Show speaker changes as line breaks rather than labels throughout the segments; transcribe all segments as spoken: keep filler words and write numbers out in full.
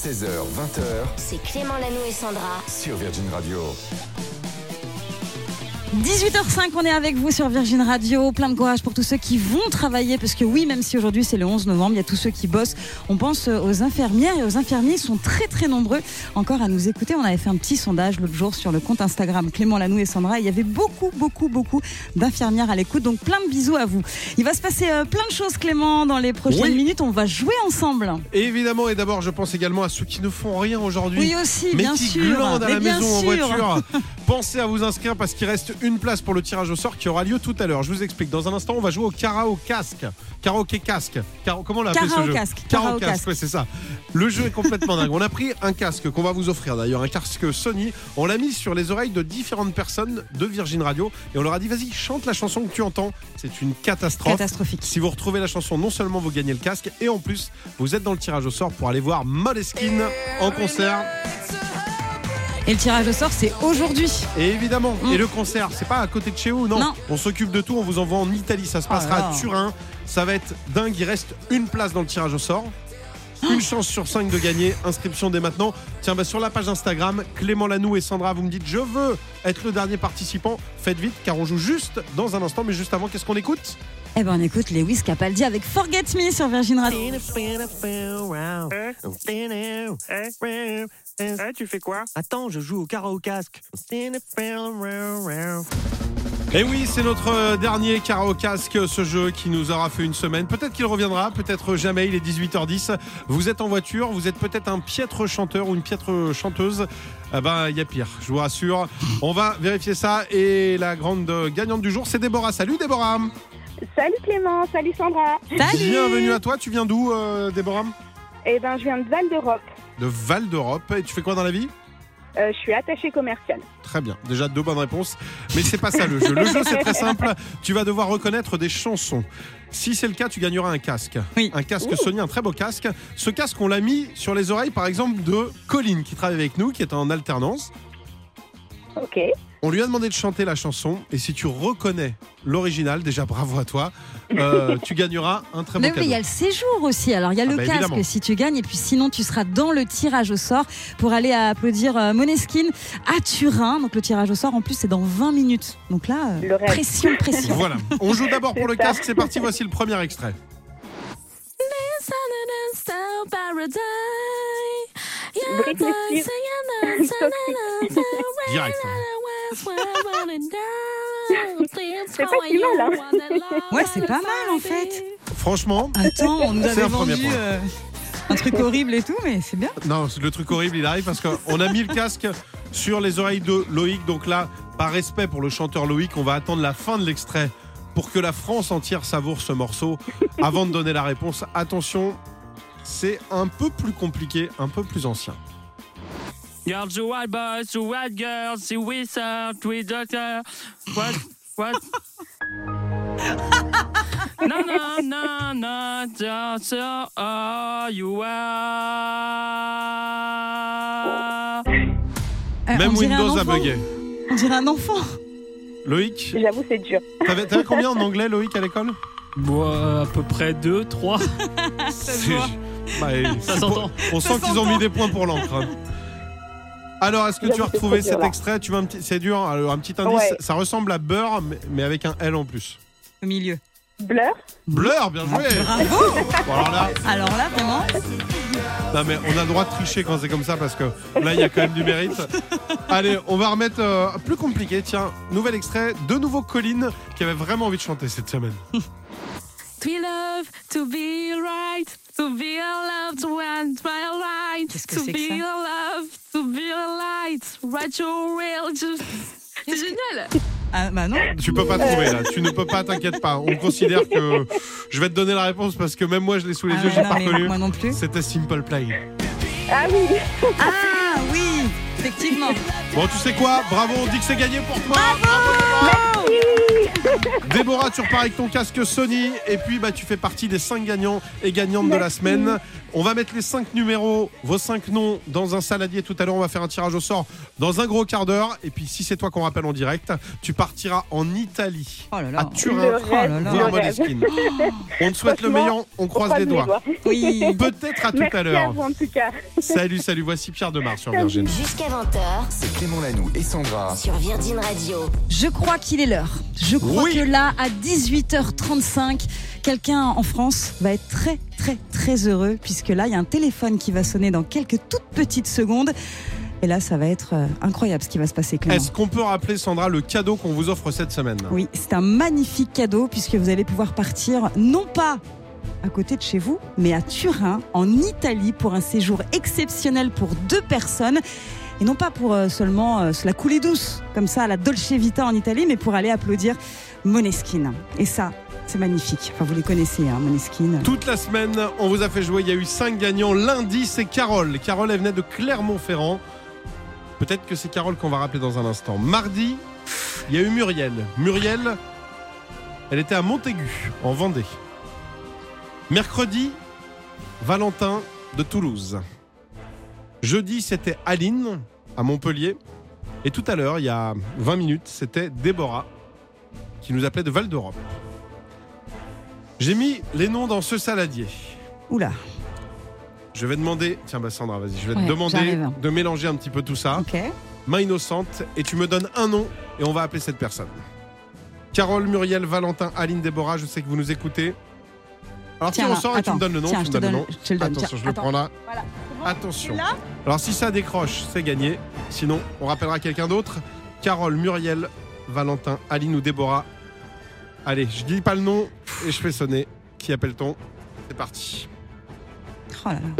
seize heures vingt,
c'est Clément Lanoux et Sandra
sur Virgin Radio.
dix-huit heures cinq, on est avec vous sur Virgin Radio. Plein de courage pour tous ceux qui vont travailler, parce que oui, même si aujourd'hui c'est le onze novembre, il y a tous ceux qui bossent. On pense aux infirmières et aux infirmiers. Ils sont très très nombreux encore à nous écouter. On avait fait un petit sondage l'autre jour sur le compte Instagram Clément Lanoux et Sandra. Et il y avait beaucoup beaucoup beaucoup d'infirmières à l'écoute. Donc plein de bisous à vous. Il va se passer euh, plein de choses, Clément, dans les prochaines
oui.
minutes. On va jouer ensemble.
Et évidemment, et d'abord je pense également à ceux qui ne font rien aujourd'hui.
Oui aussi,
mais
bien
qui
sûr.
glandent à
mais
la
bien
maison
sûr.
en voiture. Pensez à vous inscrire parce qu'il reste une place pour le tirage au sort qui aura lieu tout à l'heure. Je vous explique. Dans un instant, on va jouer au karaoke casque. Karaoke casque. Car- Comment on l'a appelé ce jeu?
Casque.
Karaoke casque. Ouais, c'est ça. Le jeu est complètement dingue. On a pris un casque qu'on va vous offrir d'ailleurs, un casque Sony. On l'a mis sur les oreilles de différentes personnes de Virgin Radio et on leur a dit vas-y, chante la chanson que tu entends. C'est une catastrophe.
Catastrophique.
Si vous retrouvez la chanson, non seulement vous gagnez le casque et en plus vous êtes dans le tirage au sort pour aller voir Måneskin en concert.
Et le tirage au sort, c'est aujourd'hui.
Et évidemment,
mmh.
et le concert, c'est pas à côté de chez vous, non.
non.
On s'occupe de tout, on vous envoie en Italie, ça se passera
oh
à Turin. Ça va être dingue, il reste une place dans le tirage au sort. Une chance sur cinq de gagner, inscription dès maintenant. Tiens, bah sur la page Instagram, Clément Lanoux et Sandra, vous me dites je veux être le dernier participant. Faites vite car on joue juste dans un instant, mais juste avant, qu'est-ce qu'on écoute?
Eh ben on écoute Lewis Capaldi avec Forget Me sur Virgin Radio.
Eh, tu fais quoi? Attends, je joue au karaoke casque.
Et oui, c'est notre dernier karaoke casque, ce jeu qui nous aura fait une semaine. Peut-être qu'il reviendra, peut-être jamais. Il est dix-huit heures dix. Vous êtes en voiture, vous êtes peut-être un piètre chanteur ou une piètre chanteuse. Eh ben, il y a pire, je vous rassure. On va vérifier ça. Et la grande gagnante du jour, c'est Déborah. Salut Déborah.
Salut Clément, salut Sandra.
Salut.
Bienvenue à toi. Tu viens d'où, euh, Déborah?
Eh ben, je viens de Val d'Europe.
De Val d'Europe. Et tu fais quoi dans la vie?
Euh, je suis attachée commerciale.
Très bien, déjà deux bonnes réponses. Mais c'est pas ça le jeu. Le jeu c'est très simple. Tu vas devoir reconnaître des chansons. Si c'est le cas, tu gagneras un casque.
Oui.
Un casque
Ouh.
Sony, un très beau casque. Ce casque, on l'a mis sur les oreilles, par exemple, de Colline qui travaille avec nous, qui est en alternance.
Ok.
On lui a demandé de chanter la chanson. Et si tu reconnais l'original, déjà bravo à toi, euh, tu gagneras un très beau
Mais oui,
cadeau.
il y a le séjour aussi. Alors, il y a
Ah
le
bah,
casque
évidemment.
si tu gagnes. Et puis sinon, tu seras dans le tirage au sort pour aller applaudir euh, Måneskin à Turin. Donc, le tirage au sort, en plus, c'est dans vingt minutes. Donc là, euh,
Le rêve.
pression, pression.
Voilà, on joue d'abord pour le
C'est ça.
casque. C'est parti, voici le premier extrait.
Britney Spears.
Direct. hein.
C'est pas si mal, hein.
Ouais, c'est pas mal en fait.
Franchement,
Attends, on nous
C'est
avait
un premier
vendu
point.
euh, un truc horrible et tout, mais c'est bien.
non, le truc horrible, il arrive parce qu'on a mis le casque sur les oreilles de Loïc. Donc là, par respect pour le chanteur Loïc, on va attendre la fin de l'extrait pour que la France entière savoure ce morceau avant de donner la réponse. Attention, c'est un peu plus compliqué, un peu plus ancien.
Girls to white boys to white girls, see wizard, we doctor. What? What? No, no, no, no, just all you are.
Euh,
Même
on dirait un
Windows a
enfant.
bugué.
On dirait un enfant.
Loïc,
J'avoue, c'est dur.
t'avais, t'avais combien en anglais, Loïc, à l'école?
Bon, à peu près deux, trois.
C'est- Bah,
Ça
c'est
s'entend.
pour- On
Ça
sent qu'ils ont
s'entend.
mis des points pour l'encre. hein. Alors, est-ce que tu as
J'avoue, c'est
retrouvé
trop dur,
cet
là.
extrait? Tu veux un petit, c'est dur. Alors, un petit indice,
Ouais.
ça ressemble à beurre, mais, mais avec un L en plus.
Au milieu.
Blur.
Blur, bien joué.
Bravo.
Bon, alors là,
Alors là, vraiment.
non mais on a le droit de tricher quand c'est comme ça parce que là il y a quand même du mérite. Allez, on va remettre euh, plus compliqué. Tiens, nouvel extrait, de nouveau Colline qui avait vraiment envie de chanter cette semaine.
To be loved, to be right, to be loved, when to be right,
Qu'est-ce que
to
c'est que
be
ça
loved, to be light, right your real. C'est génial.
Ah bah non.
Tu peux pas trouver là, tu ne peux pas, t'inquiète pas. On considère que je vais te donner la réponse parce que même moi je l'ai sous les
Ah
yeux,
ouais,
j'ai
non,
pas
mais
reconnu.
moi non plus.
C'était Simple Play.
Ah oui.
Ah oui, effectivement.
Bon, tu sais quoi? Bravo, on dit que c'est gagné pour toi.
Bravo.
Déborah, tu repars avec ton casque Sony. Et puis, bah, tu fais partie des cinq gagnants et gagnantes
Merci.
de la semaine. On va mettre les cinq numéros, vos cinq noms, dans un saladier tout à l'heure. On va faire un tirage au sort dans un gros quart d'heure. Et puis, si c'est toi qu'on rappelle en direct, tu partiras en Italie,
Oh là là.
à Turin,
Le rêve,
Oh là là.
voir
le rêve.
Måneskin. On te souhaite le
Franchement,
meilleur. On croise les doigts.
Oui.
Peut-être à tout
Merci
à
à
l'heure.
vous en tout cas.
Salut, salut. Voici Pierre Demar sur Virgin.
Jusqu'à vingt heures
C'est Clément Lanoux et Sandra.
sur Virgin Radio.
Je crois qu'il est l'heure. Je crois
Oui.
que là, à dix-huit heures trente-cinq, quelqu'un en France va être très, très, très heureux, puisque là, il y a un téléphone qui va sonner dans quelques toutes petites secondes. Et là, ça va être euh, incroyable ce qui va se passer, Clément.
Est-ce qu'on peut rappeler, Sandra, le cadeau qu'on vous offre cette semaine?
Oui, c'est un magnifique cadeau, puisque vous allez pouvoir partir, non pas à côté de chez vous, mais à Turin, en Italie, pour un séjour exceptionnel pour deux personnes. Et non pas pour euh, seulement euh, se la couler douce, comme ça, à la Dolce Vita en Italie, mais pour aller applaudir Måneskin. Et ça, c'est magnifique. Enfin, vous les connaissez, hein, Måneskin.
Toute la semaine, on vous a fait jouer. Il y a eu cinq gagnants. Lundi, c'est Carole. Carole, elle venait de Clermont-Ferrand. Peut-être que c'est Carole qu'on va rappeler dans un instant. Mardi, il y a eu Muriel. Muriel, elle était à Montaigu, en Vendée. Mercredi, Valentin de Toulouse. Jeudi, c'était Aline, à Montpellier. Et tout à l'heure, il y a vingt minutes, c'était Déborah, qui nous appelait de Val d'Europe. J'ai mis les noms dans ce saladier.
Oula,
Je vais demander, tiens bah Sandra, vas-y, je vais
Ouais,
te demander
j'arrive.
de mélanger un petit peu tout ça.
ok.
Main innocente, et tu me donnes un nom et on va appeler cette personne. Carole, Muriel, Valentin, Aline, Déborah, je sais que vous nous écoutez. Alors
Tiens,
tu
là,
ressors et tu
attends.
me donnes le nom,
Tiens,
tu
je
me
te
donnes le
donne-
nom.
je te le donne.
Attention,
Tiens,
je le
attends.
prends là.
Voilà.
Attention.
Là
Alors si ça décroche, c'est gagné. Sinon, on rappellera quelqu'un d'autre. Carole, Muriel, Valentin, Aline ou Déborah. Allez, je dis pas le nom et je fais sonner. Qui appelle-t-on? C'est parti.
Oh là là.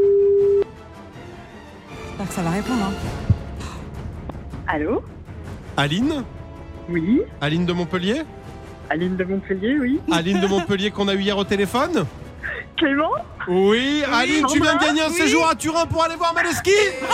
J'espère que ça va répondre. Hein.
Allô?
Aline
Oui.
Aline de Montpellier
Aline de Montpellier, oui.
Aline de Montpellier qu'on a eu hier au téléphone.
Clément?
Oui, Aline, tu viens de gagner un
Oui.
séjour à Turin pour aller voir Måneskin.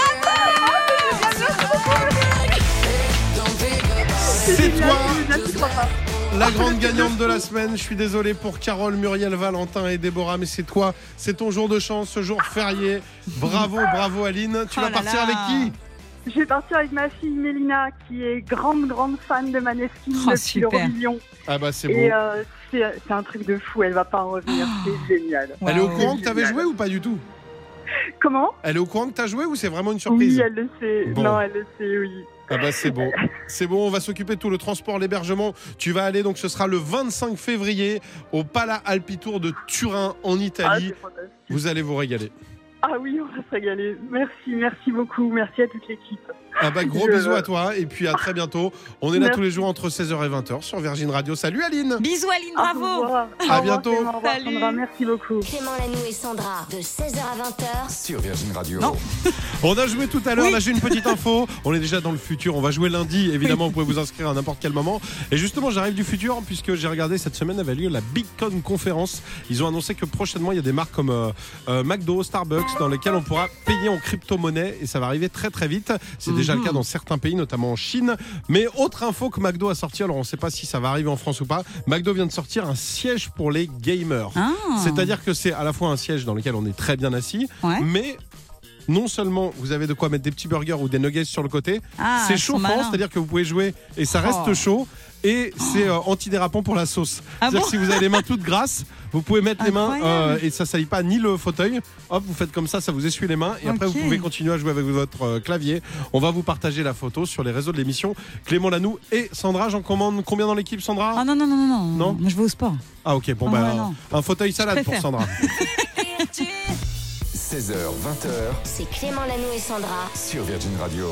C'est toi,
Merci, papa.
la grande gagnante de la semaine. Je suis désolé pour Carole, Muriel, Valentin et Déborah, mais c'est toi, c'est ton jour de chance, ce jour férié. Bravo, bravo Aline. Tu
Oh
vas
là
partir
là.
avec qui?
Je vais partir avec ma fille Mélina, qui est grande, grande fan de Måneskin
Oh,
depuis
super.
l'Eurovision.
Ah bah c'est
Et
beau.
euh, c'est c'est un truc de fou, elle va pas en revenir, c'est génial.
Elle est au
Waouh.
courant que t'avais
Génial.
joué ou pas du tout?
Comment?
Elle est au courant que t'as joué ou c'est vraiment une surprise?
Oui, elle le sait.
Bon.
Non, elle le sait, oui.
Ah bah c'est bon, c'est bon, on va s'occuper de tout le transport, l'hébergement. Tu vas aller, donc ce sera le vingt-cinq février au Pala Alpitour de Turin en
Ah,
Italie.
c'est fantastique.
Vous allez vous régaler.
Ah oui, on va se régaler. Merci, merci beaucoup. Merci à toute l'équipe.
Ah bah gros
Je-
bisous à toi et puis à très bientôt. On est là
Merci.
tous les jours entre seize heures et vingt heures sur Virgin Radio. Salut Aline.
Bisous Aline,
Au
bravo.
revoir.
À
Au revoir,
bientôt.
Clément. Au revoir,
Salut.
Sandra. Merci beaucoup.
Clément Lanoux et Sandra, de seize heures à vingt heures.
Sur Virgin Radio.
Non.
On a joué tout à l'heure,
Oui.
là j'ai une petite info. On est déjà dans le futur, on va jouer lundi. Évidemment, vous pouvez vous inscrire à n'importe quel moment. Et justement, j'arrive du futur puisque j'ai regardé cette semaine avait lieu la BigCon conférence. Ils ont annoncé que prochainement, il y a des marques comme euh, euh, McDo, Starbucks dans lesquelles on pourra payer en crypto-monnaie et ça va arriver très très vite. C'est déjà le cas dans certains pays, notamment en Chine. Mais autre info que McDo a sorti, alors on ne sait pas si ça va arriver en France ou pas. McDo vient de sortir un siège pour les gamers.
Ah.
C'est-à-dire que c'est à la fois un siège dans lequel on est très bien assis,
Ouais.
mais non seulement vous avez de quoi mettre des petits burgers ou des nuggets sur le côté,
Ah,
c'est
ils sont
chauffant,
malins.
c'est-à-dire que vous pouvez jouer et ça reste
Oh.
chaud. Et c'est euh, antidérapant pour la sauce.
Ah
C'est-à-dire
bon
que si vous avez les mains toutes grasses, vous pouvez mettre les mains
Incroyable.
euh, et ça salit pas ni le fauteuil. Hop, vous faites comme ça, ça vous essuie les mains et après
Ok.
vous pouvez continuer à jouer avec votre euh, clavier. On va vous partager la photo sur les réseaux de l'émission. Clément Lanoux et Sandra, j'en commande combien dans l'équipe, Sandra?
Ah non, non, non, non, non.
Non
Moi, je vais au sport.
Ah ok, bon
Ah
bah
ouais, non.
un fauteuil salade pour
préfère.
Sandra.
seize heures, vingt heures
C'est Clément Lanoux et Sandra.
sur Virgin Radio.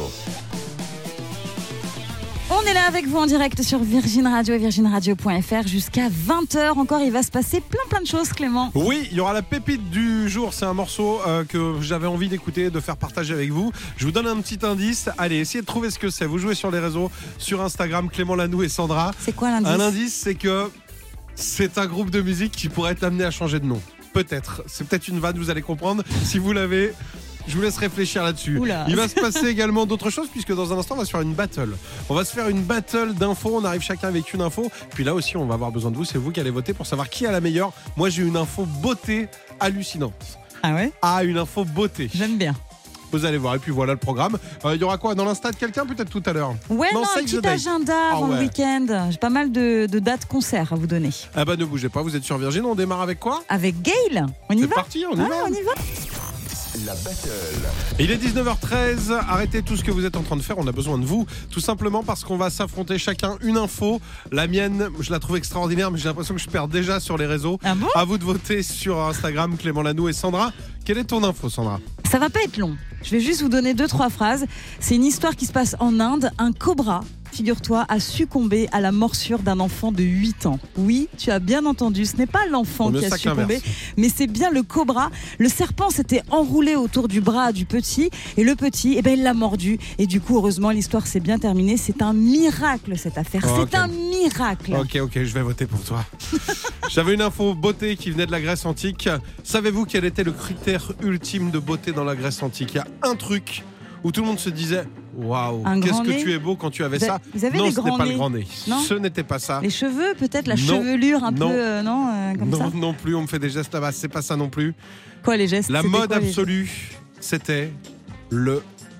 On est là avec vous en direct sur Virgin Radio et virgin radio point f r jusqu'à vingt heures. Encore, il va se passer plein plein de choses, Clément.
Oui, il y aura la pépite du jour. C'est un morceau euh, que j'avais envie d'écouter, de faire partager avec vous. Je vous donne un petit indice. Allez, essayez de trouver ce que c'est. Vous jouez sur les réseaux, sur Instagram, Clément Lanoux et Sandra.
C'est quoi l'indice?
Un indice, c'est que c'est un groupe de musique qui pourrait être amené à changer de nom. Peut-être. C'est peut-être une vanne, vous allez comprendre. Si vous l'avez, Je vous laisse réfléchir là-dessus.
Oula.
Il va se passer également d'autres choses puisque dans un instant on va se faire une battle. On va se faire une battle d'infos. On arrive chacun avec une info. Puis là aussi on va avoir besoin de vous. C'est vous qui allez voter pour savoir qui a la meilleure. Moi j'ai une info beauté hallucinante.
Ah ouais?
Ah, une info beauté.
J'aime bien.
Vous allez voir. Et puis voilà le programme. Il euh, y aura quoi dans l'insta de quelqu'un peut-être tout à l'heure?
Ouais, non,
non
un petit agenda avant
ah ouais.
le week-end. J'ai pas mal de, de dates concerts à vous donner.
Ah bah ne bougez pas, vous êtes sur Virgin. On démarre avec quoi?
Avec Gail. On y
C'est
va?
parti, on y
ah,
va.
On y va.
La battle.
Il est dix-neuf heures treize, arrêtez tout ce que vous êtes en train de faire, on a besoin de vous, tout simplement parce qu'on va s'affronter chacun une info. La mienne, je la trouve extraordinaire, mais j'ai l'impression que je perds déjà sur les réseaux.
Ah bon?
À vous de voter sur Instagram, Clément Lanoux et Sandra. Quelle est ton info, Sandra?
Ça va pas être long. Je vais juste vous donner deux, trois phrases. C'est une histoire qui se passe en Inde. Un cobra, figure-toi, a succombé à la morsure d'un enfant de huit ans. Oui, tu as bien entendu, ce n'est pas l'enfant
Mieux
qui a
ça
succombé,
qu'inverse.
mais c'est bien le cobra. Le serpent s'était enroulé autour du bras du petit, et le petit, eh ben, il l'a mordu. Et du coup, heureusement, l'histoire s'est bien terminée. C'est un miracle, cette affaire.
Oh,
c'est
ok.
un miracle.
Ok, ok, je vais voter pour toi. J'avais une info beauté qui venait de la Grèce antique. Savez-vous quel était le critère ultime de beauté dans la Grèce antique? Il y a un truc où tout le monde se disait waouh,
Un
qu'est-ce
grand
que
nez?
tu es beau quand tu avais
Vous a-
ça.
vous avez
non,
des
ce n'est
grands
pas
nez?
le grand nez.
Non.
Ce n'était pas ça.
Les cheveux, peut-être, la
Non.
chevelure un
Non.
peu, euh, non, euh, comme
non,
ça.
non plus, on me fait des gestes là-bas, c'est pas ça non plus.
Quoi, les gestes?
La
C'était
mode
quoi, les
absolue, c'était le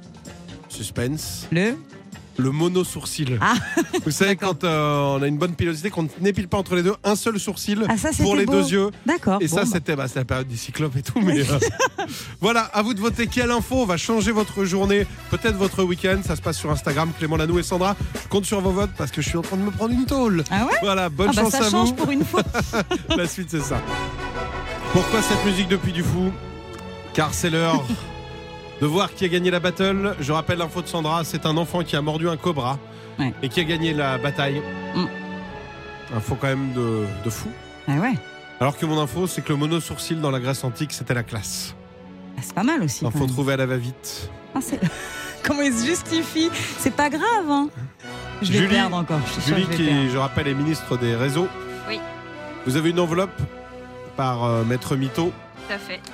suspense,
gestes? Le
le mono-sourcil.
Ah.
Vous savez, quand euh, on a une bonne pilosité, qu'on n'épile pas entre les deux, un seul sourcil
Ah, ça,
pour
c'était
les
beau.
deux yeux.
D'accord.
Et
bon,
ça,
bah.
c'était bah, c'est la période des cyclopes et tout. Mais euh, voilà, à vous de voter quelle info va changer votre journée, peut-être votre week-end. Ça se passe sur Instagram, Clément Lanoux et Sandra. Je compte sur vos votes parce que je suis en train de me prendre une tôle.
Ah ouais?
Voilà, bonne
Ah bah
chance
ça
à
change
vous.
pour une fois.
La suite, c'est ça. Pourquoi cette musique depuis du fou? Car c'est l'heure de voir qui a gagné la battle. Je rappelle l'info de Sandra, c'est un enfant qui a mordu un cobra
Ouais.
et qui a gagné la bataille.
Mm.
Info quand même de, de fou.
Ah ouais,
Alors que mon info, c'est que le mono-sourcil dans la Grèce antique, c'était la classe.
ah, c'est pas mal aussi. quand
Info
même.
trouvée à la va-vite.
Ah, c'est- Comment il se justifie? C'est pas grave, hein. Je vais
Julie-
perdre encore. Je suis sûre
Julie,
que je vais perdre.
qui, je rappelle, est ministre des réseaux.
Oui.
Vous avez une enveloppe par euh, Maître Mito.
Tout à fait.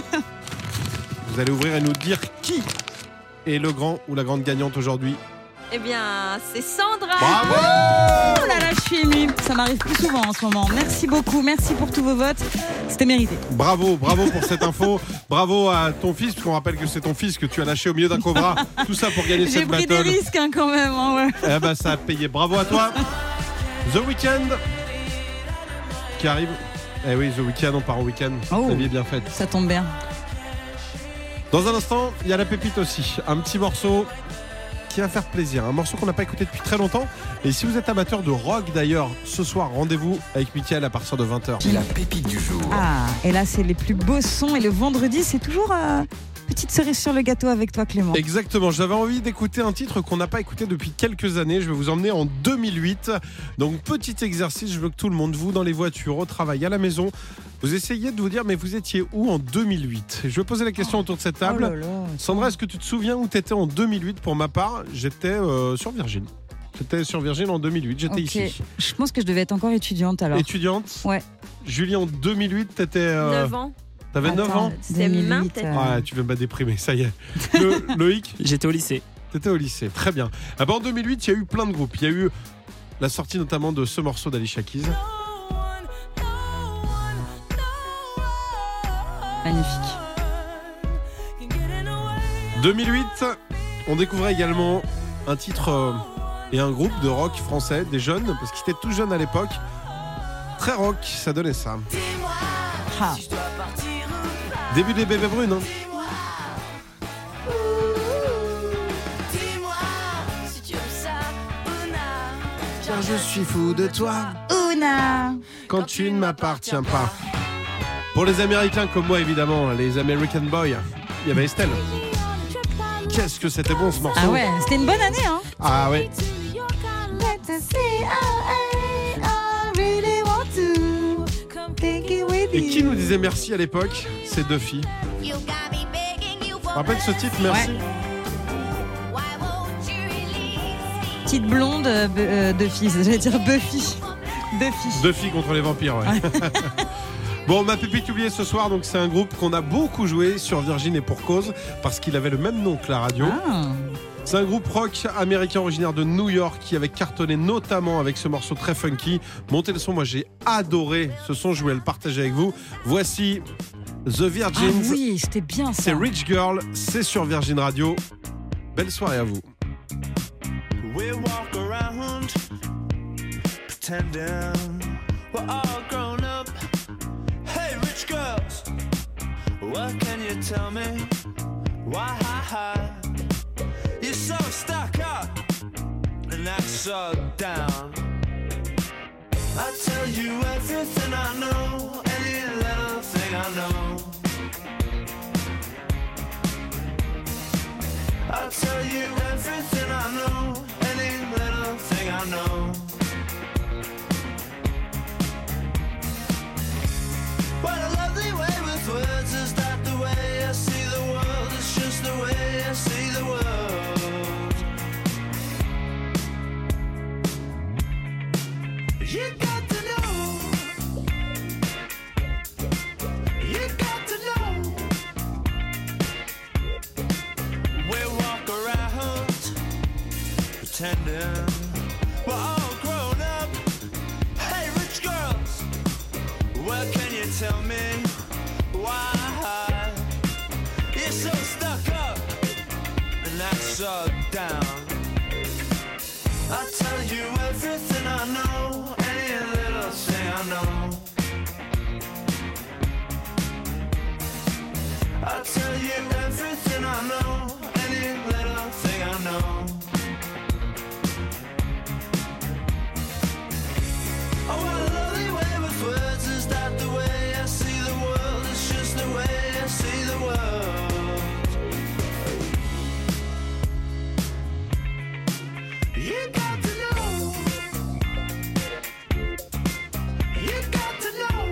Vous allez ouvrir et nous dire qui est le grand ou la grande gagnante aujourd'hui.
Eh bien, c'est Sandra.
Bravo!
Oh là là, je suis émue. Ça m'arrive plus souvent en ce moment. Merci beaucoup. Merci pour tous vos votes. C'était mérité.
Bravo, bravo pour cette info. Bravo à ton fils, puisqu'on rappelle que c'est ton fils que tu as lâché au milieu d'un cobra. Tout ça pour gagner
J'ai
cette
pris
battle.
des risques hein, quand même. Hein, ouais.
Eh ben, ça a payé. Bravo à toi. The Weeknd qui arrive. Eh oui, The Weeknd, on part au week-end.
Oh.
La vie est bien faite.
Ça tombe bien.
Dans un instant, il y a la pépite aussi. Un petit morceau qui va faire plaisir. Un morceau qu'on n'a pas écouté depuis très longtemps. Et si vous êtes amateur de rock d'ailleurs, ce soir, rendez-vous avec Mickaël à partir de vingt heures.
La pépite du jour.
Ah, et là, c'est les plus beaux sons. Et le vendredi, c'est toujours euh, petite cerise sur le gâteau avec toi, Clément.
Exactement, j'avais envie d'écouter un titre qu'on n'a pas écouté depuis quelques années. Je vais vous emmener en deux mille huit. Donc petit exercice, je veux que tout le monde, vous dans les voitures, au travail, à la maison, vous essayez de vous dire mais vous étiez où en deux mille huit? Je vais poser la question autour de cette table.
Oh là là,
Sandra, est-ce que tu te souviens où tu étais en deux mille huit? Pour ma part, j'étais euh, sur Virgin. J'étais sur Virgin en deux mille huit, j'étais
Ok.
ici.
Je pense que je devais être encore étudiante alors.
Étudiante?
Ouais.
Julie, en deux mille huit, t'étais... euh,
neuf ans.
T'avais neuf
Attends,
ans?
C'était
deux mille huit,
main, peut-être.
euh,
Ouais, tu veux me déprimer, ça y est. Le, Loïc?
J'étais au lycée.
T'étais au lycée, très bien. Ah bah en deux mille huit, il y a eu plein de groupes. Il y a eu la sortie notamment de ce morceau d'Alicia Keys.
Magnifique.
deux mille huit, on découvrait également un titre euh, et un groupe de rock français, des jeunes, parce qu'ils étaient tout jeunes à l'époque. Très rock, ça donnait ça.
Ah.
Début des Bébés Brunes. Hein. Car je suis fou de toi
Una.
quand tu ne m'appartiens pas. Pour les Américains comme moi, évidemment, les American Boys, il y avait Estelle. Qu'est-ce que c'était bon ce morceau.
Ah ouais, c'était une bonne année, hein.
Ah ouais. Et qui nous disait merci à l'époque? Ces deux filles. Tu te rappelles ce titre, merci?
Ouais. Petite blonde euh, euh, de fille, j'allais dire Buffy. Buffy.
Deux filles contre les vampires, ouais. Bon, ma pépite oubliée ce soir, donc c'est un groupe qu'on a beaucoup joué sur Virgin et pour cause, parce qu'il avait le même nom que la radio.
Ah.
C'est un groupe rock américain originaire de New York qui avait cartonné notamment avec ce morceau très funky. Montez le son, moi j'ai adoré ce son, je voulais le partager avec vous. Voici The Virgins.
Ah oui, c'était bien ça.
C'est Rich Girl, c'est sur Virgin Radio. Belle soirée à vous.
We walk around pretending we're all grown up. Hey, rich girls, what can you tell me? Why you're so stuck up and act so down? I tell you everything I know, any little thing I know. I'll tell you everything I know, any little thing I know. What a lovely way with words, is that the way I see the world? It's just the way I see the world. You got to know, you got to know. We walk around pretending we're all grown up. Hey, rich girls, what can you tell me? Why you're so stuck up and act so down? I tell you everything I know, any little thing I know. I tell you everything I know, any little thing I know. Oh, what a lovely way with words, is that the way I see the world? It's just the way I see the world. You got to know, you got to know.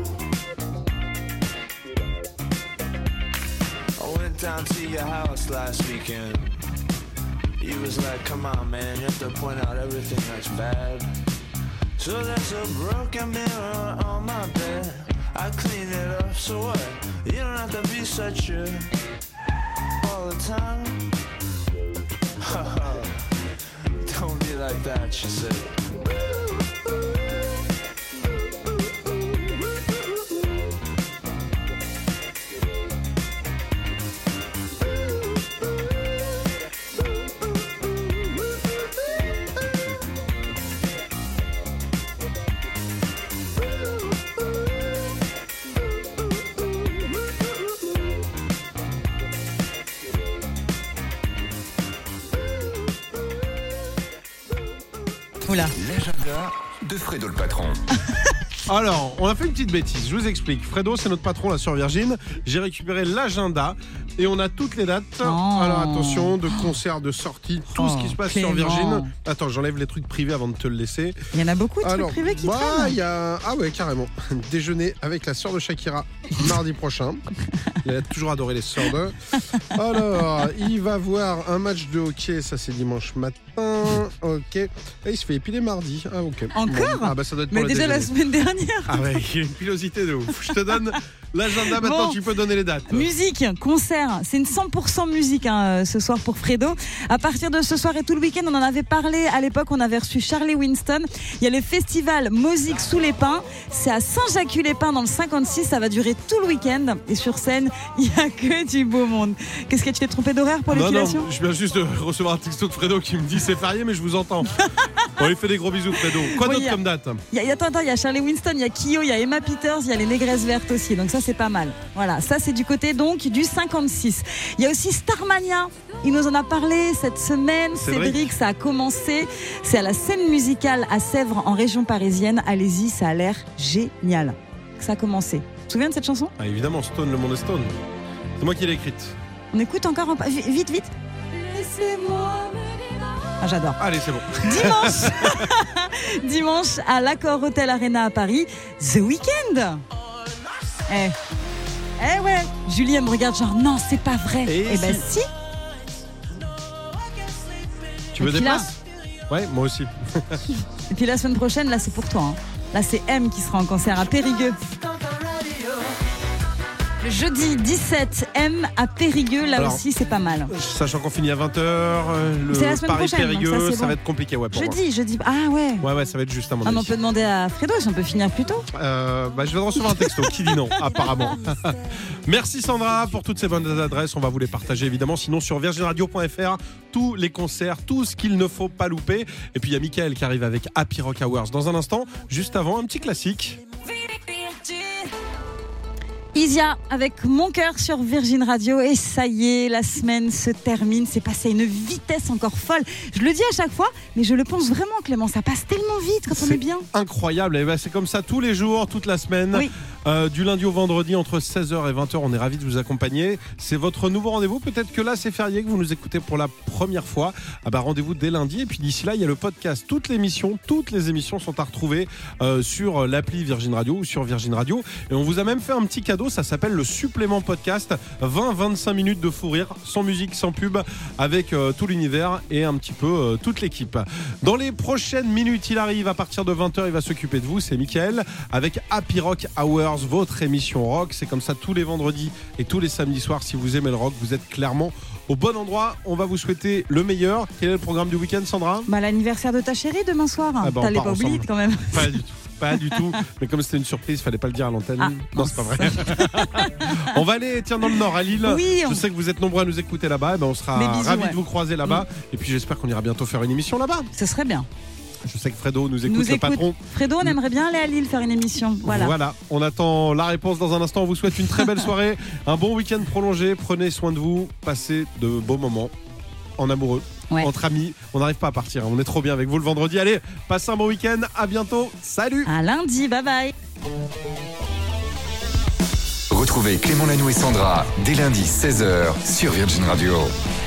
I went down to your house last weekend. You was like, come on man, you have to point out everything that's bad. So there's a broken mirror on my bed. I clean it up, so what? You don't have to be such a all the time. Don't be like that, she said.
Oula.
L'agenda de Fredo le patron.
Alors, on a fait une petite bêtise, je vous explique. Fredo, c'est notre patron là sur Virgin. J'ai récupéré l'agenda et on a toutes les dates.
Oh.
Alors attention, de concerts, de sorties, tout
Oh,
ce qui se passe
Clément.
sur Virgin. Attends, j'enlève les trucs privés avant de te le laisser.
Il y en a beaucoup de
Alors,
trucs privés qui
bah,
traînent.
il y a... Ah ouais, carrément. Déjeuner avec la sœur de Shakira mardi prochain. Elle a toujours adoré les sœurs de. Alors, il va voir un match de hockey, ça c'est dimanche matin. Ok. Et il se fait épiler mardi. Ah ok.
Encore
Bon. Ah bah ça doit être pour
Mais
le
déjà la
déjeuner.
semaine dernière.
Ah ouais, il y a une pilosité de ouf. Je te donne l'agenda maintenant,
Bon.
tu peux donner les dates.
Musique, concert, c'est une cent pour cent musique hein, ce soir pour Fredo. À partir de ce soir et tout le week-end, on en avait parlé à l'époque, on avait reçu Charlie Winston. Il y a le festival Musique sous les pins, c'est à Saint-Jacques-les-Pins dans le cinquante-six, ça va durer tout le week-end. Et sur scène, il n'y a que du beau monde. Qu'est-ce que tu t'es trompé d'horaire pour
Non,
l'épilation?
non, je viens juste de recevoir un texto de Fredo qui me dit c'est férié, mais je vous entends. On lui fait des gros bisous, Fredo. Quoi
Oui,
d'autre
y a-
comme date?
Il y a, attends, attends, il y a Charlie Winston, il y a Kyo, il y a Emma Peters, il y a les Négresses Vertes aussi. Donc ça, c'est pas mal. Voilà, ça, c'est du côté donc du cinquante-six. Il y a aussi Starmania. Il nous en a parlé cette semaine.
Cédric.
Cédric, ça a commencé. C'est à la scène musicale à Sèvres, en région parisienne. Allez-y, ça a l'air génial. Ça a commencé. Tu te souviens de cette chanson?
Ah, évidemment, Stone, le monde est Stone. C'est moi qui l'ai écrite.
On écoute encore un peu. Vite, vite. Laissez-moi. Ah, j'adore.
Allez, c'est bon.
Dimanche, dimanche à l'Accor Hotel Arena à Paris, The Weeknd. Eh, eh ouais, Julie elle me regarde genre non c'est pas vrai.
Et
Eh ben si.
Tu veux
Et
des
puis là-
places? Ouais, moi aussi.
Et puis la semaine prochaine là c'est pour toi. hein. Là c'est M qui sera en concert à Périgueux. Le jeudi dix-sept, M à Périgueux, là
Alors,
aussi c'est pas mal.
Sachant qu'on finit à vingt heures, le
C'est la semaine prochaine,
Paris-Périgueux,
donc ça,
ça,
c'est bon.
va être compliqué ouais, pour moi.
Jeudi, jeudi. Ah ouais.
Ouais, ouais, ça va être juste à mon
Ah, mais on
avis.
peut demander à Fredo si on peut finir plus tôt.
Euh, bah, je viens de recevoir un texto qui dit non, apparemment. Merci Sandra pour toutes ces bonnes adresses. On va vous les partager évidemment. Sinon, sur virgin radio point f r, tous les concerts, tout ce qu'il ne faut pas louper. Et puis il y a Mickaël qui arrive avec Happy Rock Hours dans un instant. Juste avant, un petit classique.
Isia avec Mon cœur sur Virgin Radio et ça y est, la semaine se termine, c'est passé à une vitesse encore folle. Je le dis à chaque fois, mais je le pense vraiment Clément, ça passe tellement vite quand on est bien.
Incroyable, et ben, c'est comme ça tous les jours, toute la semaine,
oui.
euh, du lundi au vendredi entre seize heures et vingt heures, on est ravis de vous accompagner. C'est votre nouveau rendez-vous, peut-être que là c'est férié, que vous nous écoutez pour la première fois. Ah bah, rendez-vous dès lundi et puis d'ici là il y a le podcast, toutes les émissions, toutes les émissions sont à retrouver euh, sur l'appli Virgin Radio ou sur Virgin Radio et on vous a même fait un petit cadeau. Ça s'appelle le supplément podcast, vingt à vingt-cinq minutes de fou rire, sans musique, sans pub, avec euh, tout l'univers et un petit peu euh, toute l'équipe. Dans les prochaines minutes, il arrive à partir de vingt heures, il va s'occuper de vous, c'est Mickaël, avec Happy Rock Hours, votre émission rock. C'est comme ça tous les vendredis et tous les samedis soirs. Si vous aimez le rock, vous êtes clairement au bon endroit. On va vous souhaiter le meilleur. Quel est le programme du week-end, Sandra ?
Bah, l'anniversaire de ta chérie demain soir.
Ah bah,
T'allais
part
pas oublier
ensemble.
quand même.
Pas du tout. Pas du tout, mais comme c'était une surprise, fallait pas le dire à l'antenne.
Ah,
non, c'est pas vrai. On va aller, tiens, dans le Nord, à Lille.
Oui, on...
Je sais que vous êtes nombreux à nous écouter là-bas. Et ben, on sera
bisous,
ravis
ouais.
de vous croiser là-bas.
Mm.
Et puis j'espère qu'on ira bientôt faire une émission là-bas.
Ce serait bien.
Je sais que Fredo nous écoute,
Nous
le
écoute.
patron.
Fredo, on aimerait bien aller à Lille faire une émission. Voilà.
Voilà, on attend la réponse dans un instant. On vous souhaite une très belle soirée, un bon week-end prolongé. Prenez soin de vous, passez de beaux moments en amoureux.
Ouais.
Entre amis, on n'arrive pas à partir, on est trop bien avec vous le vendredi. Allez, passez un bon week-end, à bientôt, salut.
À lundi, bye bye.
Retrouvez Clément Lanoux et Sandra dès lundi seize heures sur Virgin Radio.